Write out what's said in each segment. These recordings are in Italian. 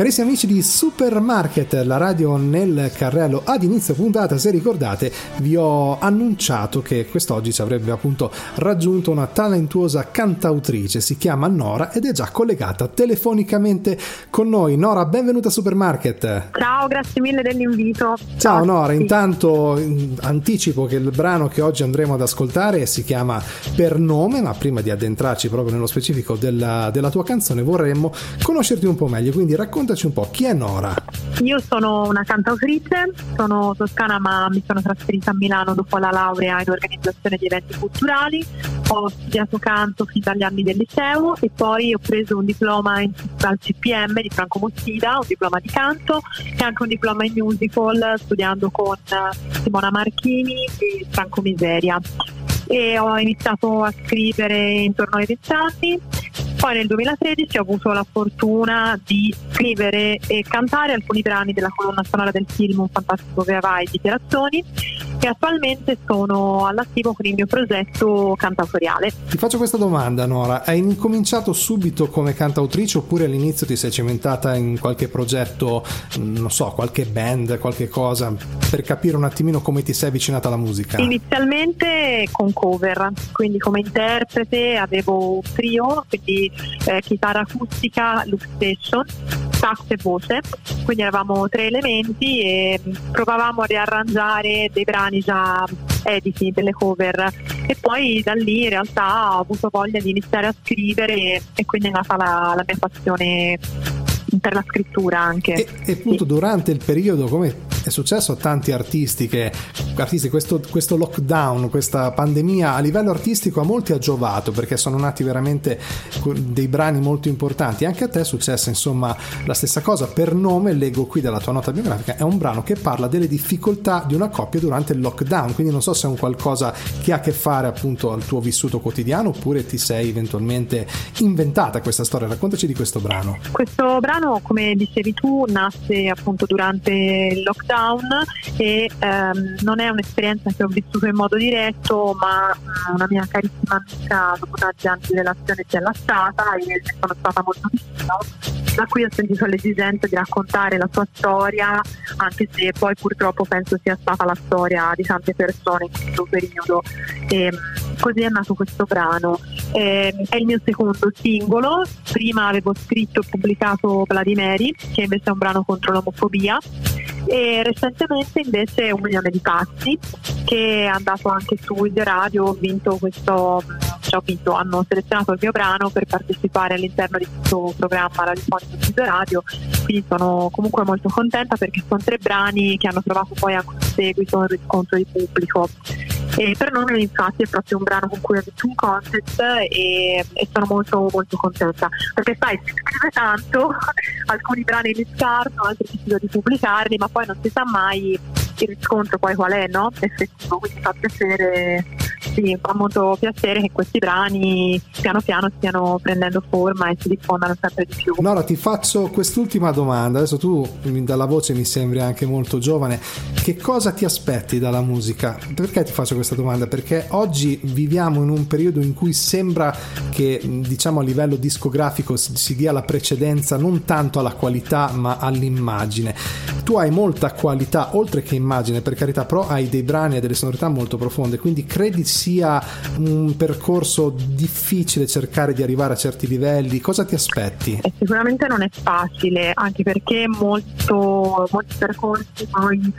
Carissimi amici di Supermarket, la radio nel carrello, ad inizio puntata, se ricordate, vi ho annunciato che quest'oggi ci avrebbe appunto raggiunto una talentuosa cantautrice, si chiama Nora ed è già collegata telefonicamente con noi. Nora, benvenuta a Supermarket. Ciao, grazie mille dell'invito. Ciao Nora, intanto anticipo che il brano che oggi andremo ad ascoltare si chiama Per nome, ma prima di addentrarci proprio nello specifico della tua canzone vorremmo conoscerti un po' meglio, quindi raccontaci un po' chi è Nora. Io sono una cantautrice, sono toscana ma mi sono trasferita a Milano dopo la laurea in organizzazione di eventi culturali. Ho studiato canto fin dagli anni del liceo e poi ho preso un diploma al CPM di Franco Mossida, un diploma di canto e anche un diploma in musical studiando con Simona Marchini e Franco Miseria. E ho iniziato a scrivere intorno ai 20 anni. Poi nel 2013 ho avuto la fortuna di scrivere e cantare alcuni brani della colonna sonora del film Un fantastico Via Vai di Perazzoni e attualmente sono all'attivo con il mio progetto cantautoriale. Ti faccio questa domanda, Nora: hai incominciato subito come cantautrice oppure all'inizio ti sei cimentata in qualche progetto, non so, qualche band, qualche cosa, per capire un attimino come ti sei avvicinata alla musica? Inizialmente con cover, quindi come interprete avevo un trio, quindi chitarra acustica, loop station, sax e voce, quindi eravamo 3 elementi e provavamo a riarrangiare dei brani già editi, delle cover, e poi da lì in realtà ho avuto voglia di iniziare a scrivere e quindi è nata la mia passione per la scrittura anche. E appunto durante il periodo, come è successo a tanti artisti, questo lockdown, questa pandemia a livello artistico a molti ha giovato perché sono nati veramente dei brani molto importanti. Anche a te è successa insomma la stessa cosa. Per nome, leggo qui dalla tua nota biografica, è un brano che parla delle difficoltà di una coppia durante il lockdown, quindi non so se è un qualcosa che ha a che fare appunto al tuo vissuto quotidiano oppure ti sei eventualmente inventata questa storia. Raccontaci di questo brano. Questo brano, come dicevi tu, nasce appunto durante il lockdown e non è un'esperienza che ho vissuto in modo diretto, ma una mia carissima amica dopo tanti anni di relazione si è lasciata e sono stata molto vicina, da cui ho sentito l'esigenza di raccontare la sua storia, anche se poi purtroppo penso sia stata la storia di tante persone in questo periodo. E così è nato questo brano. È il mio secondo singolo. Prima avevo scritto e pubblicato Vladimiri, che invece è un brano contro l'omofobia, e recentemente invece 1 milione di passi, che è andato anche su Wide Radio. Hanno selezionato il mio brano per partecipare all'interno di questo programma radiofonico di Wide Radio, quindi sono comunque molto contenta perché sono 3 brani che hanno trovato poi anche un seguito, un riscontro di pubblico. E per noi infatti è proprio un brano con cui ho vinto un contest e sono molto molto contenta perché sai, si scrive tanto, alcuni brani li scarto, altri decido di pubblicarli, ma poi non si sa mai il riscontro poi qual è, no? Effettivo, quindi fa piacere, sì, fa molto piacere che questi brani piano piano stiano prendendo forma e si diffondano sempre di più. Nora, ti faccio quest'ultima domanda. Adesso tu dalla voce mi sembri anche molto giovane. Che cosa ti aspetti dalla musica? Perché ti faccio questa domanda? Perché oggi viviamo in un periodo in cui sembra che, diciamo, a livello discografico si dia la precedenza non tanto alla qualità ma all'immagine. Tu hai molta qualità oltre che immagine, per carità, però hai dei brani e delle sonorità molto profonde, quindi credi sia un percorso difficile cercare di arrivare a certi livelli? Cosa ti aspetti? Sicuramente non è facile, anche perché molti percorsi poi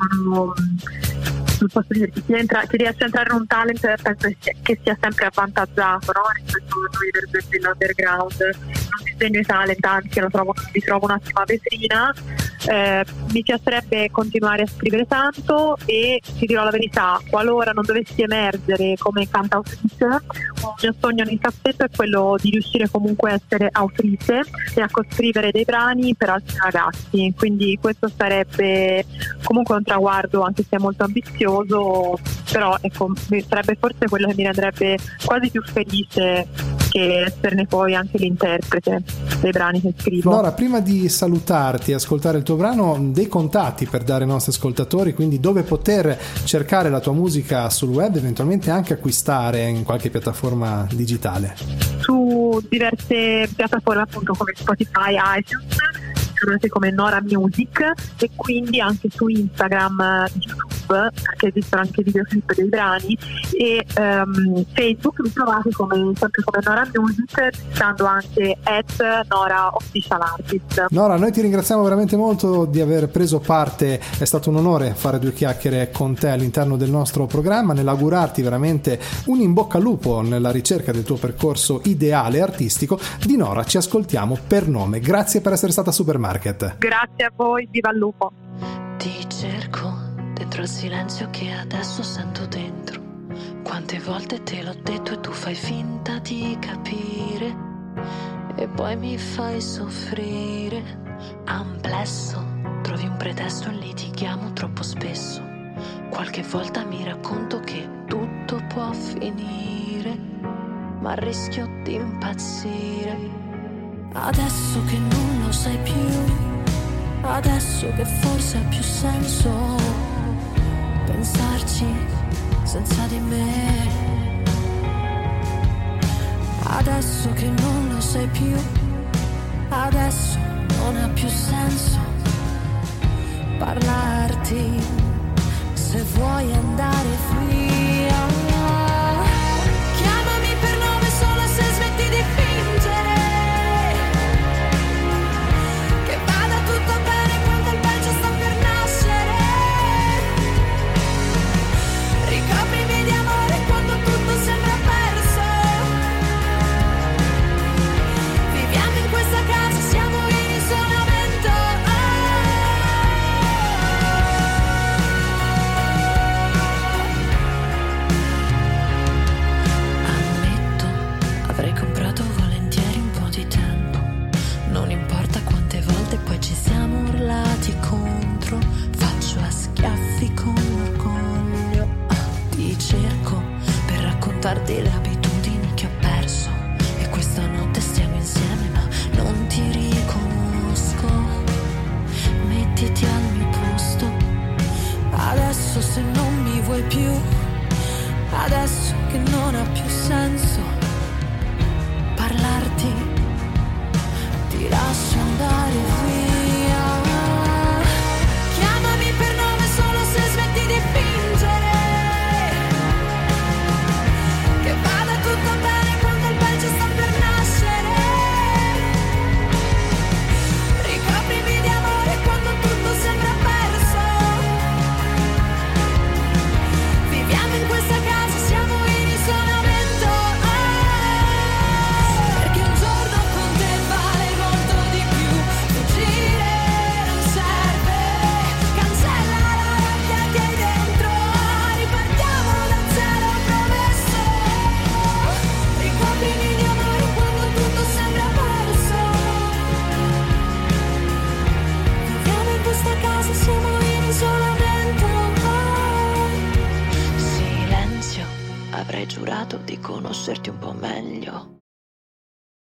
posso dirti, chi riesce a entrare in un talent penso che sia sempre avvantaggiato, no? Rispetto a noi dell'underground. Non disegno i talent, anzi vi trovo un'ottima vetrina. Mi piacerebbe continuare a scrivere tanto e ti dirò la verità, qualora non dovessi emergere come cantautrice, un mio sogno nel cassetto è quello di riuscire comunque a essere autrice e a coscrivere dei brani per altri ragazzi, quindi questo sarebbe comunque un traguardo anche se è molto ambizioso, però ecco, sarebbe forse quello che mi renderebbe quasi più felice che esserne poi anche l'interprete dei brani che scrivo. Nora, prima di salutarti e ascoltare il tuo brano, dei contatti per dare ai nostri ascoltatori, quindi dove poter cercare la tua musica sul web, eventualmente anche acquistare in qualche piattaforma digitale? Su diverse piattaforme appunto come Spotify, iTunes, chiamate come Nora Music, e quindi anche su Instagram, YouTube, perché esistono anche videoclip dei brani, e Facebook mi trovate sempre come Nora Music, stando anche @NoraOfficialArtist. Nora, noi ti ringraziamo veramente molto di aver preso parte, è stato un onore fare due chiacchiere con te all'interno del nostro programma, nell'augurarti veramente un in bocca al lupo nella ricerca del tuo percorso ideale artistico. Di Nora ci ascoltiamo Per Nome. Grazie per essere stata a Supermarket. Grazie a voi, viva il lupo. Ti cerco dentro il silenzio che adesso sento dentro. Quante volte te l'ho detto e tu fai finta di capire, e poi mi fai soffrire. Amplesso, trovi un pretesto e litighiamo troppo spesso. Qualche volta mi racconto che tutto può finire, ma rischio di impazzire. Adesso che non lo sai più, adesso che forse ha più senso pensarci senza di me. Adesso che non lo sai più, adesso non ha più senso parlarti se vuoi andare via. Chiamami per nome solo se smetti di fingere che vada tutto bene quando il peggio sta per nascere. Ricoprimi di amore quando tutto sembra perso. Viviamo in questa casa, siamo in isolamento. Ammetto, avrei comprato volentieri un po' di tempo. Non importa quante volte poi ci siamo urlati contro. Faccio a schiaffi con l'orgoglio. Ti cerco per raccontarti le abitudini che ho perso, e questa notte stiamo insieme ma non ti riconosco. Mettiti al mio posto adesso, se non mi vuoi più, adesso che non ha più senso parlarti, ti lascio andare via. Chiamami per nome solo se smetti di fingere che vada tutto bene quando il peggio sta per nascere. Ricoprimi di amore quando tutto sembra perso. Viviamo in questa casa, siamo in isolamento. Perché un giorno con te vale molto di più. Fuggire non serve, cancella la rabbia che hai dentro. Ripartiamo da zero, promesso. Ricoprimi di amore quando tutto sembra perso. Viviamo in questa casa, siamo in isolamento. Silenzio, avrei giurato di conoscerti un po' meglio.